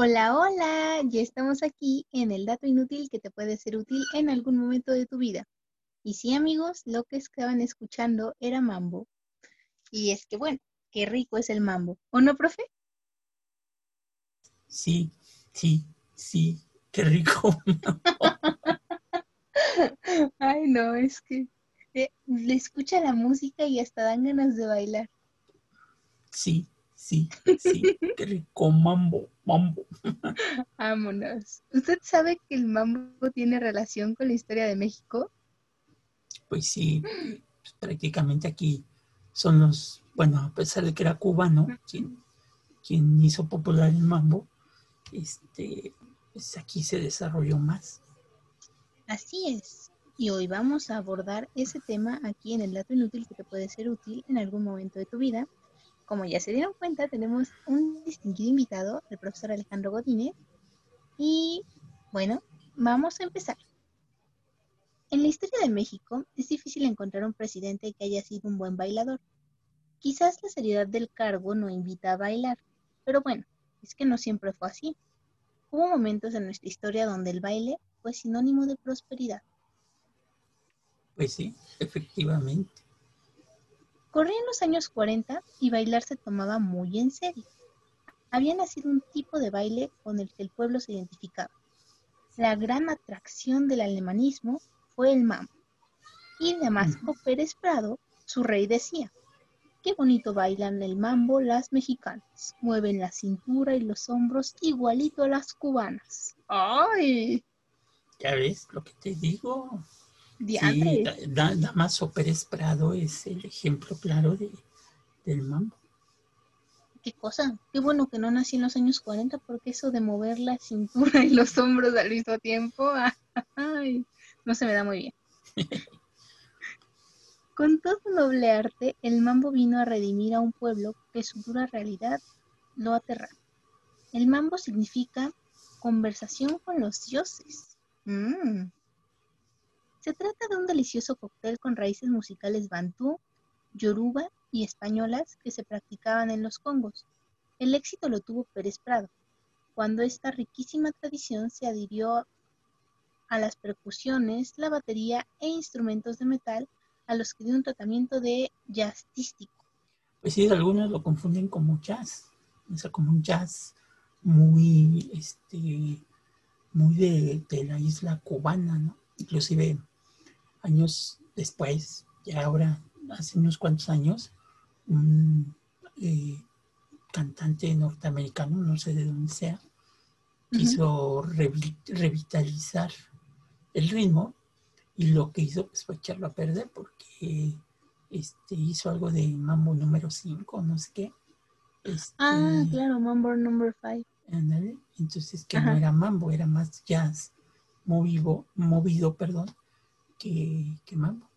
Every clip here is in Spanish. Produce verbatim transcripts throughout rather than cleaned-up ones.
Hola, hola, ya estamos aquí en el dato inútil que te puede ser útil en algún momento de tu vida. Y sí, amigos, lo que estaban escuchando era mambo. Y es que bueno, qué rico es el mambo. ¿O no, profe? Sí, sí, sí, qué rico. Ay, no, es que eh, le escucha la música y hasta dan ganas de bailar. Sí, sí, sí, qué rico. Mambo, mambo. Vámonos. ¿Usted sabe que el mambo tiene relación con la historia de México? Pues sí, eh, pues prácticamente aquí son los, bueno, a pesar de que era cubano quien, quien hizo popular el mambo, este, pues aquí se desarrolló más. Así es. Y hoy vamos a abordar ese tema aquí en el dato inútil que te puede ser útil en algún momento de tu vida. Como ya se dieron cuenta, tenemos un distinguido invitado, el profesor Alejandro Godínez. Y bueno, vamos a empezar. En la historia de México es difícil encontrar un presidente que haya sido un buen bailador. Quizás la seriedad del cargo no invita a bailar, pero bueno, es que no siempre fue así. Hubo momentos en nuestra historia donde el baile fue sinónimo de prosperidad. Pues sí, efectivamente. Corrían los años cuarenta y bailar se tomaba muy en serio. Había nacido un tipo de baile con el que el pueblo se identificaba. La gran atracción del alemanismo fue el mambo. Y Damasco Pérez Prado, su rey, decía: qué bonito bailan el mambo las mexicanas. Mueven la cintura y los hombros igualito a las cubanas. ¡Ay! Ya ves lo que te digo. Sí, Diantres. Da- Damaso Pérez Prado es el ejemplo claro de, del mambo. Qué cosa. Qué bueno que no nací en los años cuarenta, porque eso de mover la cintura y los hombros al mismo tiempo, ay, no se me da muy bien. Con todo noble arte, el mambo vino a redimir a un pueblo que su dura realidad lo aterraba. El mambo significa conversación con los dioses. Mm. Se trata de un delicioso cóctel con raíces musicales bantú, yoruba y españolas que se practicaban en los Congos. El éxito lo tuvo Pérez Prado, cuando esta riquísima tradición se adhirió a las percusiones, la batería e instrumentos de metal, a los que dio un tratamiento de jazzístico. Pues sí, algunos lo confunden como jazz, o sea, como un jazz muy, este, muy de, de la isla cubana, ¿no? Inclusive años después, ya ahora, hace unos cuantos años, un eh, cantante norteamericano, no sé de dónde sea, Ujú. quiso revi- revitalizar el ritmo y lo que hizo pues, fue echarlo a perder porque este, hizo algo de mambo número cinco, no sé qué. Ah, Este, claro, Mambo Number Five. ándale, entonces que no Ajá. era mambo, era más jazz movido, movido perdón, que, que mambo.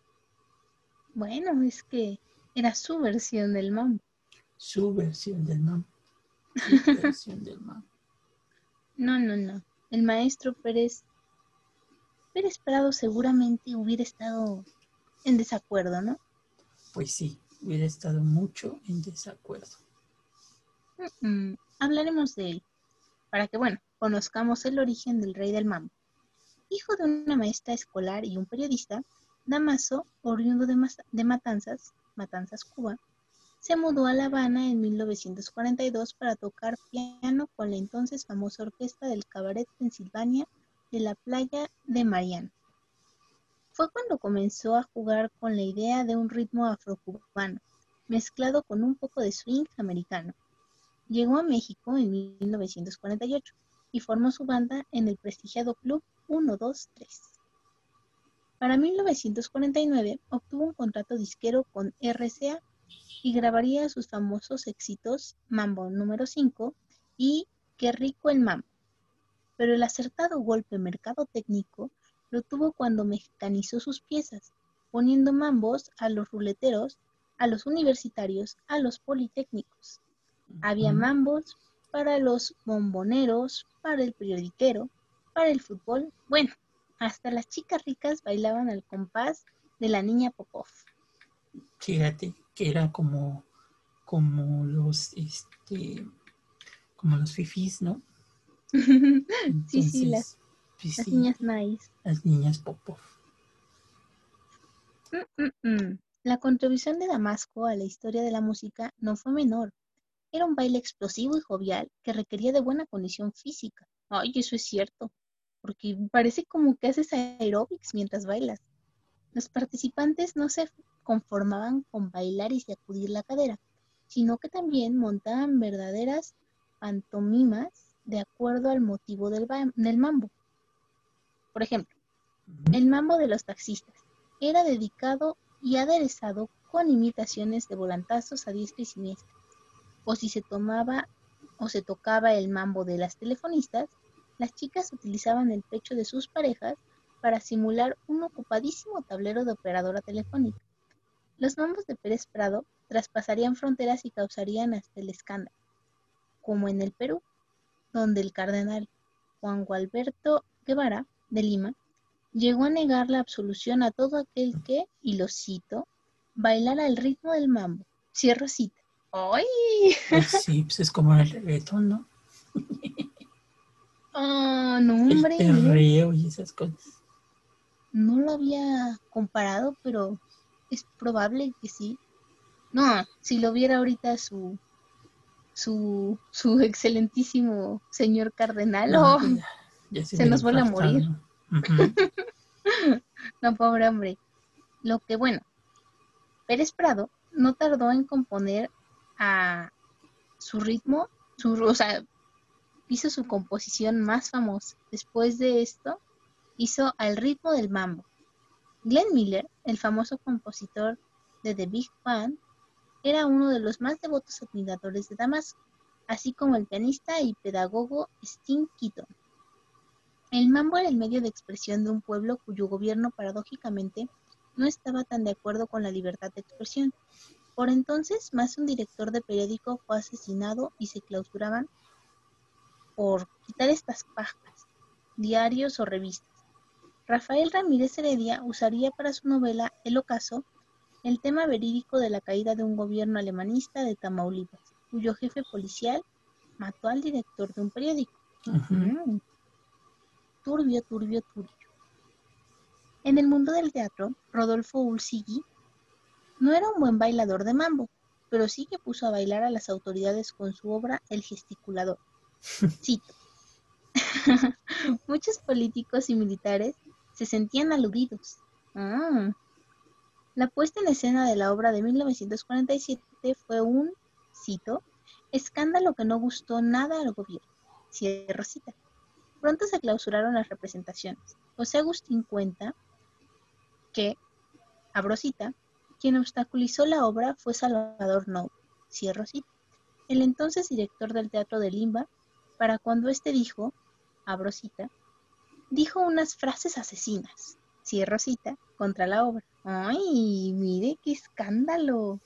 Bueno, es que era su versión del mambo. Su versión del mambo, su versión del mambo. No, no, no. El maestro Pérez, Pérez Prado seguramente hubiera estado en desacuerdo, ¿no? Pues sí, hubiera estado mucho en desacuerdo. Mm, mm, hablaremos de él, para que, bueno, conozcamos el origen del rey del mambo. Hijo de una maestra escolar y un periodista, Damaso, oriundo de, Mas- de Matanzas, Matanzas, Cuba, se mudó a La Habana en mil novecientos cuarenta y dos para tocar piano con la entonces famosa orquesta del Cabaret Pensilvania de la playa de Mariana. Fue cuando comenzó a jugar con la idea de un ritmo afrocubano, mezclado con un poco de swing americano. Llegó a México en mil novecientos cuarenta y ocho y formó su banda en el prestigiado Club ciento veintitrés. Para mil novecientos cuarenta y nueve obtuvo un contrato disquero con R C A y grabaría sus famosos éxitos Mambo número cinco y Qué rico el mambo. Pero el acertado golpe mercadotécnico lo tuvo cuando mecanizó sus piezas, poniendo mambos a los ruleteros, a los universitarios, a los politécnicos. Había ¿Mm? mambos para los bomboneros, para el periodiquero, para el fútbol. Bueno, hasta las chicas ricas bailaban al compás de la niña Popov. Fíjate que era como, como los, este, como los fifís, ¿no? Sí, sí, las, Entonces, pues las sí, niñas nice. las niñas Popov. Mm, mm, mm. La contribución de Damasco a la historia de la música no fue menor. Era un baile explosivo y jovial que requería de buena condición física. Ay, eso es cierto, porque parece como que haces aeróbics mientras bailas. Los participantes no se conformaban con bailar y sacudir la cadera, sino que también montaban verdaderas pantomimas de acuerdo al motivo del, ba- del mambo. Por ejemplo, Ujú. el mambo de los taxistas era dedicado y aderezado con imitaciones de volantazos a diestra y siniestra. O si se tomaba o se tocaba el mambo de las telefonistas, las chicas utilizaban el pecho de sus parejas para simular un ocupadísimo tablero de operadora telefónica. Los mambos de Pérez Prado traspasarían fronteras y causarían hasta el escándalo, como en el Perú, donde el cardenal Juan Gualberto Guevara, de Lima, llegó a negar la absolución a todo aquel que, y lo cito, bailara al ritmo del mambo. Cierro cita. ¡Ay! Pues sí, pues es como el reggaetón, ¿no? Ah, no, El hombre, miren, perreo y esas cosas. no lo había comparado, pero es probable que sí. No, si lo viera ahorita su, su, su excelentísimo señor cardenal, No, oh, pues ya, ya se se hubiera nos vuelve a infartado, morir. ¿no? Ujú. No, pobre hombre. Lo que bueno, Pérez Prado no tardó en componer a su ritmo, su, o sea, hizo su composición más famosa. Después de esto, hizo Al ritmo del mambo. Glenn Miller, el famoso compositor de The Big Band, era uno de los más devotos admiradores de Damasco, así como el pianista y pedagogo Sting Keaton. El mambo era el medio de expresión de un pueblo cuyo gobierno paradójicamente no estaba tan de acuerdo con la libertad de expresión. Por entonces, más de un director de periódico fue asesinado y se clausuraban por quitar estas pajas, diarios o revistas. Rafael Ramírez Heredia usaría para su novela El ocaso el tema verídico de la caída de un gobierno alemanista de Tamaulipas, cuyo jefe policial mató al director de un periódico. Ujú. Mm, turbio, turbio, turbio. En el mundo del teatro, Rodolfo Ulsigui no era un buen bailador de mambo, pero sí que puso a bailar a las autoridades con su obra El gesticulador. Cito: muchos políticos y militares se sentían aludidos. Ah, la puesta en escena de la obra de mil novecientos cuarenta y siete fue un, cito, escándalo que no gustó nada al gobierno. Cierro cita. Pronto se clausuraron las representaciones. José Agustín cuenta que, abro cita, quien obstaculizó la obra fue Salvador Novo. Cierro cita. El entonces director del Teatro de Limba, para cuando éste dijo, abro cita, dijo unas frases asesinas, cierro cita, contra la obra. ¡Ay, mire qué escándalo!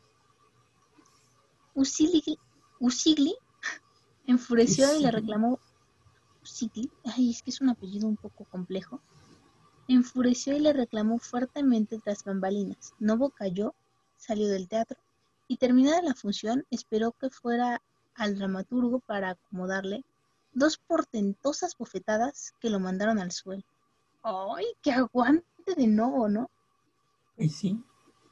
Usigli, Usigli Que enfureció y le sí. reclamó, Usigli, ay, es que es un apellido un poco complejo, enfureció y le reclamó fuertemente tras bambalinas. Novo cayó, salió del teatro y terminada la función esperó que fuera al dramaturgo para acomodarle dos portentosas bofetadas que lo mandaron al suelo. ¡Ay, qué aguante de Novo! ¿No? Pues sí.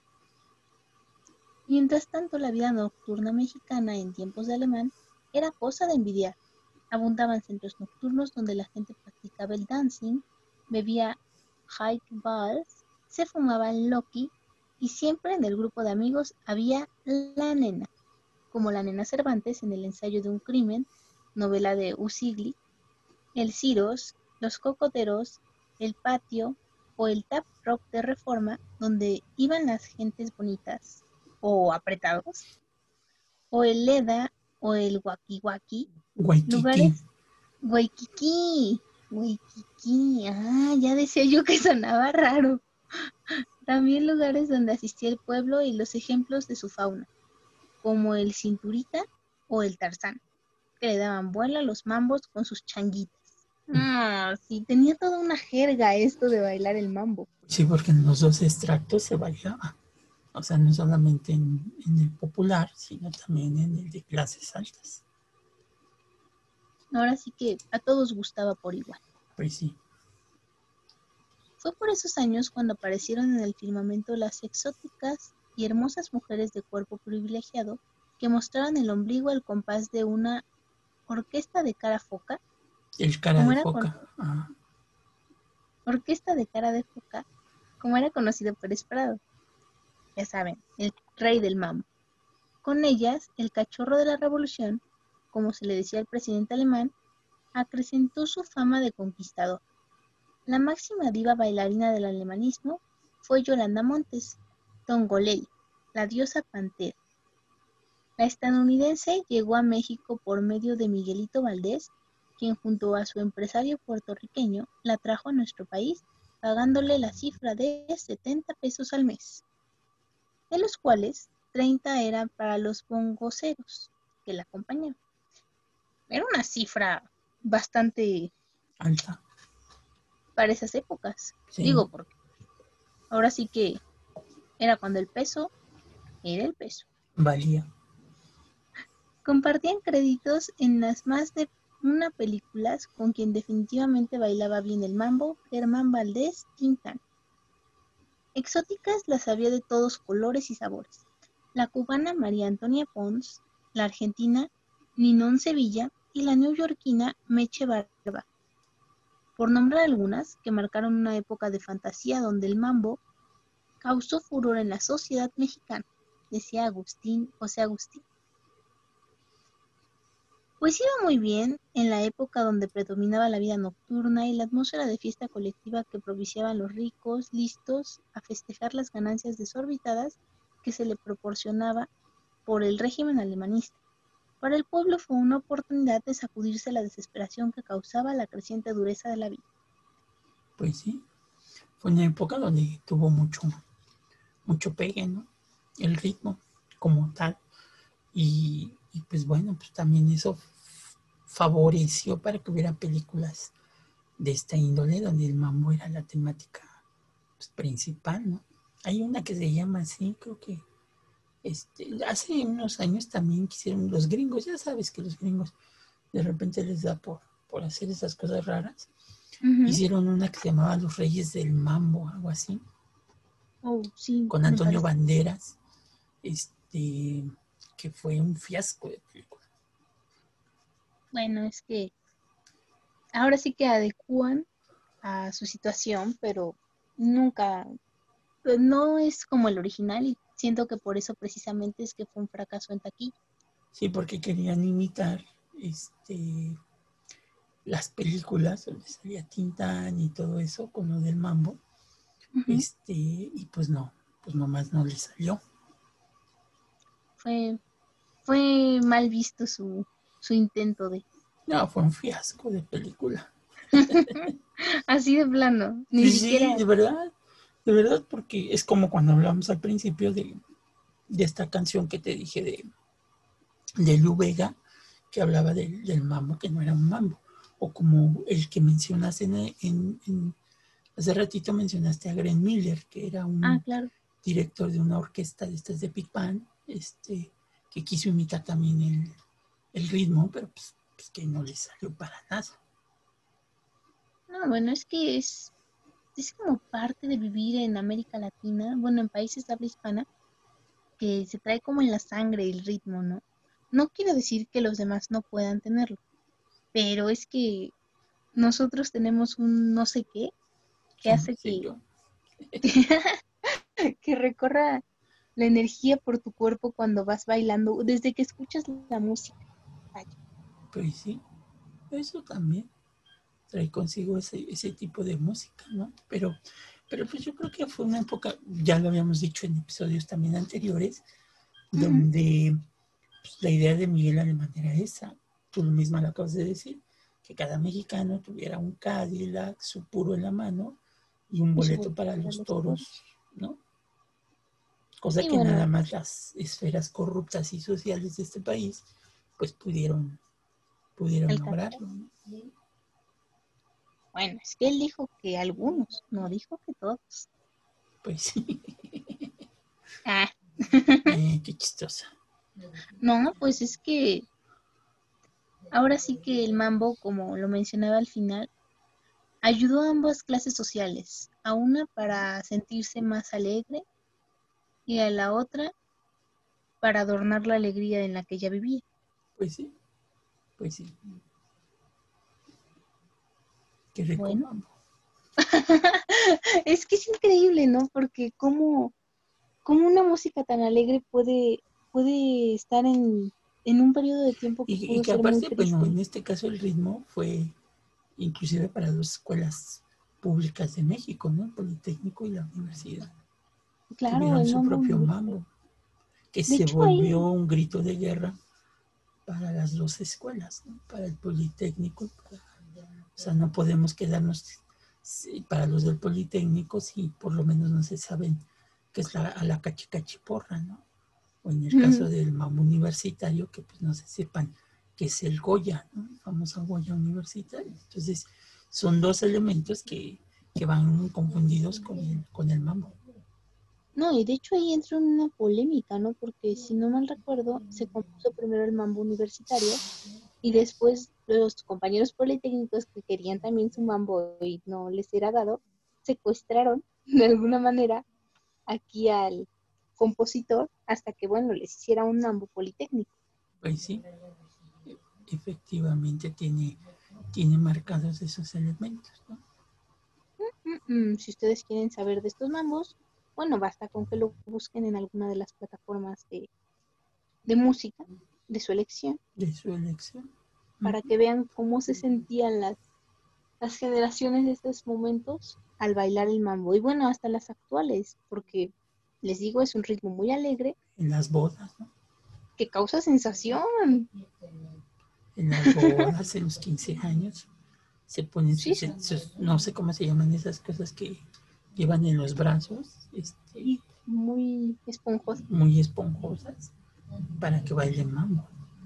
Mientras tanto, la vida nocturna mexicana en tiempos de Alemán era cosa de envidiar. Abundaban centros nocturnos donde la gente practicaba el dancing, bebía Highballs, se fumaba el Loki y siempre en el grupo de amigos había la nena, como la nena Cervantes en El ensayo de un crimen, novela de Usigli, el Ciros, los cocoteros, el patio o el tap rock de Reforma, donde iban las gentes bonitas o apretados, o el Leda o el Waki Waki, Waikiki. lugares Waikiki, Waikiki, ah, ya decía yo que sonaba raro. También lugares donde asistía el pueblo y los ejemplos de su fauna, como el Cinturita o el Tarzán, que le daban vuelo a los mambos con sus changuitas. Ah, sí, tenía toda una jerga esto de bailar el mambo. Sí, porque en los dos extractos se bailaba. O sea, no solamente en, en el popular, sino también en el de clases altas. Ahora sí que a todos gustaba por igual. Pues sí. Fue por esos años cuando aparecieron en el firmamento las exóticas y hermosas mujeres de cuerpo privilegiado que mostraban el ombligo al compás de una orquesta de cara foca, El cara como de era con foca. Ah, orquesta de cara de foca, como era conocido Pérez Prado, ya saben, el rey del mambo. Con ellas, el cachorro de la revolución, como se le decía al presidente alemán, acrecentó su fama de conquistador. La máxima diva bailarina del alemanismo fue Yolanda Montes, Tongolele, la diosa pantera. La estadounidense llegó a México por medio de Miguelito Valdés, quien junto a su empresario puertorriqueño la trajo a nuestro país pagándole la cifra de setenta pesos al mes, de los cuales treinta eran para los bongoceros que la acompañaban. Era una cifra bastante alta. para esas épocas. Sí. Digo, porque ahora sí que era cuando el peso era el peso. Valía. Compartían créditos en las más de una películas con quien definitivamente bailaba bien el mambo, Germán Valdés Tintán. Exóticas las había de todos colores y sabores. La cubana María Antonia Pons, la argentina Ninón Sevilla y la neoyorquina Meche Barba, por nombrar algunas que marcaron una época de fantasía donde el mambo causó furor en la sociedad mexicana, decía Agustín José Agustín. Pues iba muy bien en la época donde predominaba la vida nocturna y la atmósfera de fiesta colectiva que propiciaban los ricos, listos a festejar las ganancias desorbitadas que se le proporcionaba por el régimen alemanista. Para el pueblo fue una oportunidad de sacudirse la desesperación que causaba la creciente dureza de la vida. Pues sí. Fue una época donde tuvo mucho, mucho pegue, ¿no? El ritmo como tal. Y, y pues bueno, pues también eso favoreció para que hubiera películas de esta índole donde el mambo era la temática pues, principal, ¿no? Hay una que se llama así, creo que este, hace unos años también quisieron los gringos, ya sabes que los gringos de repente les da por, por hacer esas cosas raras. Uh-huh. Hicieron una que se llamaba Los Reyes del Mambo, algo así. Oh, sí, Con me Antonio parece. Banderas, este, que fue un fiasco de película. Bueno, es que ahora sí que adecúan a su situación, pero nunca, no es como el original y siento que por eso precisamente es que fue un fracaso en taquilla. Sí, porque querían imitar este, las películas donde salía Tintán y todo eso con lo del mambo. Uh-huh. Este, y pues no, pues nomás no le salió. Fue, fue mal visto su, su intento de... No, fue un fiasco de película. Así de plano, ni Sí, sí, siquiera... de verdad, de verdad, porque es como cuando hablamos al principio de, de esta canción que te dije de, de Lu Vega, que hablaba del, del mambo, que no era un mambo, o como el que mencionas en, en, en hace ratito mencionaste a Glenn Miller, que era Ah, un claro. director de una orquesta de estas de Big Band, este, que quiso imitar también el, el ritmo, pero pues, pues que no le salió para nada. No, bueno, es que es, es como parte de vivir en América Latina, bueno, en países de habla hispana, que se trae como en la sangre el ritmo, ¿no? No quiero decir que los demás no puedan tenerlo, pero es que nosotros tenemos un no sé qué que ¿Quién? hace Sí, que, yo. que recorra la energía por tu cuerpo cuando vas bailando, desde que escuchas la música. Vaya. Pues sí, eso también trae consigo ese, ese tipo de música, ¿no? Pero, pero pues yo creo que fue una época, ya lo habíamos dicho en episodios también anteriores, Ujú. donde pues, la idea de Miguel Alemán era esa, tú misma lo acabas de decir, que cada mexicano tuviera un Cadillac, su puro en la mano y un Y su boleto boleto para para los los toros. toros, ¿no? Cosa Y que bueno, nada más las esferas corruptas y sociales de este país, pues pudieron, pudieron alcanzar. lograrlo, ¿no? Bueno, es que él dijo que algunos, no dijo que todos. Pues sí, Ah, eh, qué chistosa. no, pues es que Ahora sí que el mambo, como lo mencionaba al final, ayudó a ambas clases sociales, a una para sentirse más alegre y a la otra para adornar la alegría en la que ella vivía. Pues sí, pues sí. Qué rico Bueno, mambo. es que es increíble, ¿no? Porque cómo, cómo una música tan alegre puede, puede estar en, en un periodo de tiempo que Y, y pudo que ser muy aparte, bueno, triste. en este caso el ritmo fue inclusive para las escuelas públicas de México, ¿no? El Politécnico y la universidad. Claro, Tuvieron el su mambo propio universitario. mambo, que De se hecho, ahí, volvió un grito de guerra para las dos escuelas, ¿no? Para el Politécnico. Para, o sea, no podemos quedarnos sí, para los del Politécnico si por lo menos no se saben qué es la, a la cachicachiporra, ¿no? O en el caso del mambo universitario, que pues no se sepan qué es el Goya, ¿no? El famoso Goya universitario. Entonces, son dos elementos que, que van confundidos con el, con el mambo. no, y de hecho ahí entra en una polémica, ¿no? Porque si no mal recuerdo, se compuso primero el mambo universitario y después los compañeros politécnicos que querían también su mambo y no les era dado, secuestraron de alguna manera aquí al compositor hasta que, bueno, les hiciera un mambo politécnico. Pues sí, efectivamente tiene, tiene marcados esos elementos, ¿no? Mm, mm, si ustedes quieren saber de estos mambos, bueno, basta con que lo busquen en alguna de las plataformas de, de música de su elección De su elección. para que vean cómo se sentían las, las generaciones de estos momentos al bailar el mambo. Y bueno, hasta las actuales, porque les digo, es un ritmo muy alegre En las bodas, ¿no? que causa sensación. En las bodas, en los quince años, se ponen Sí, sus, sus, no sé cómo se llaman esas cosas que llevan en los brazos, este, sí, muy esponjosa. muy esponjosas, para que bailen mambo.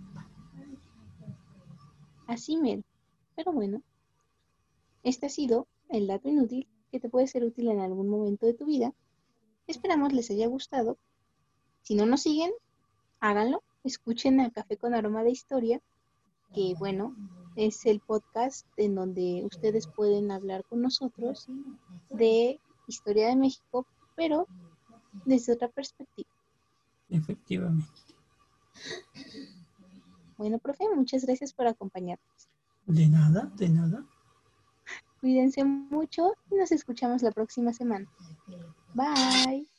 Así mero. Pero bueno, este ha sido el dato inútil que te puede ser útil en algún momento de tu vida. Esperamos les haya gustado. Si no nos siguen, háganlo. Escuchen a Café con Aroma de Historia, que bueno, es el podcast en donde ustedes pueden hablar con nosotros de historia de México, pero desde otra perspectiva. Efectivamente. Bueno, profe, muchas gracias por acompañarnos. De nada, de nada. Cuídense mucho y nos escuchamos la próxima semana. Bye.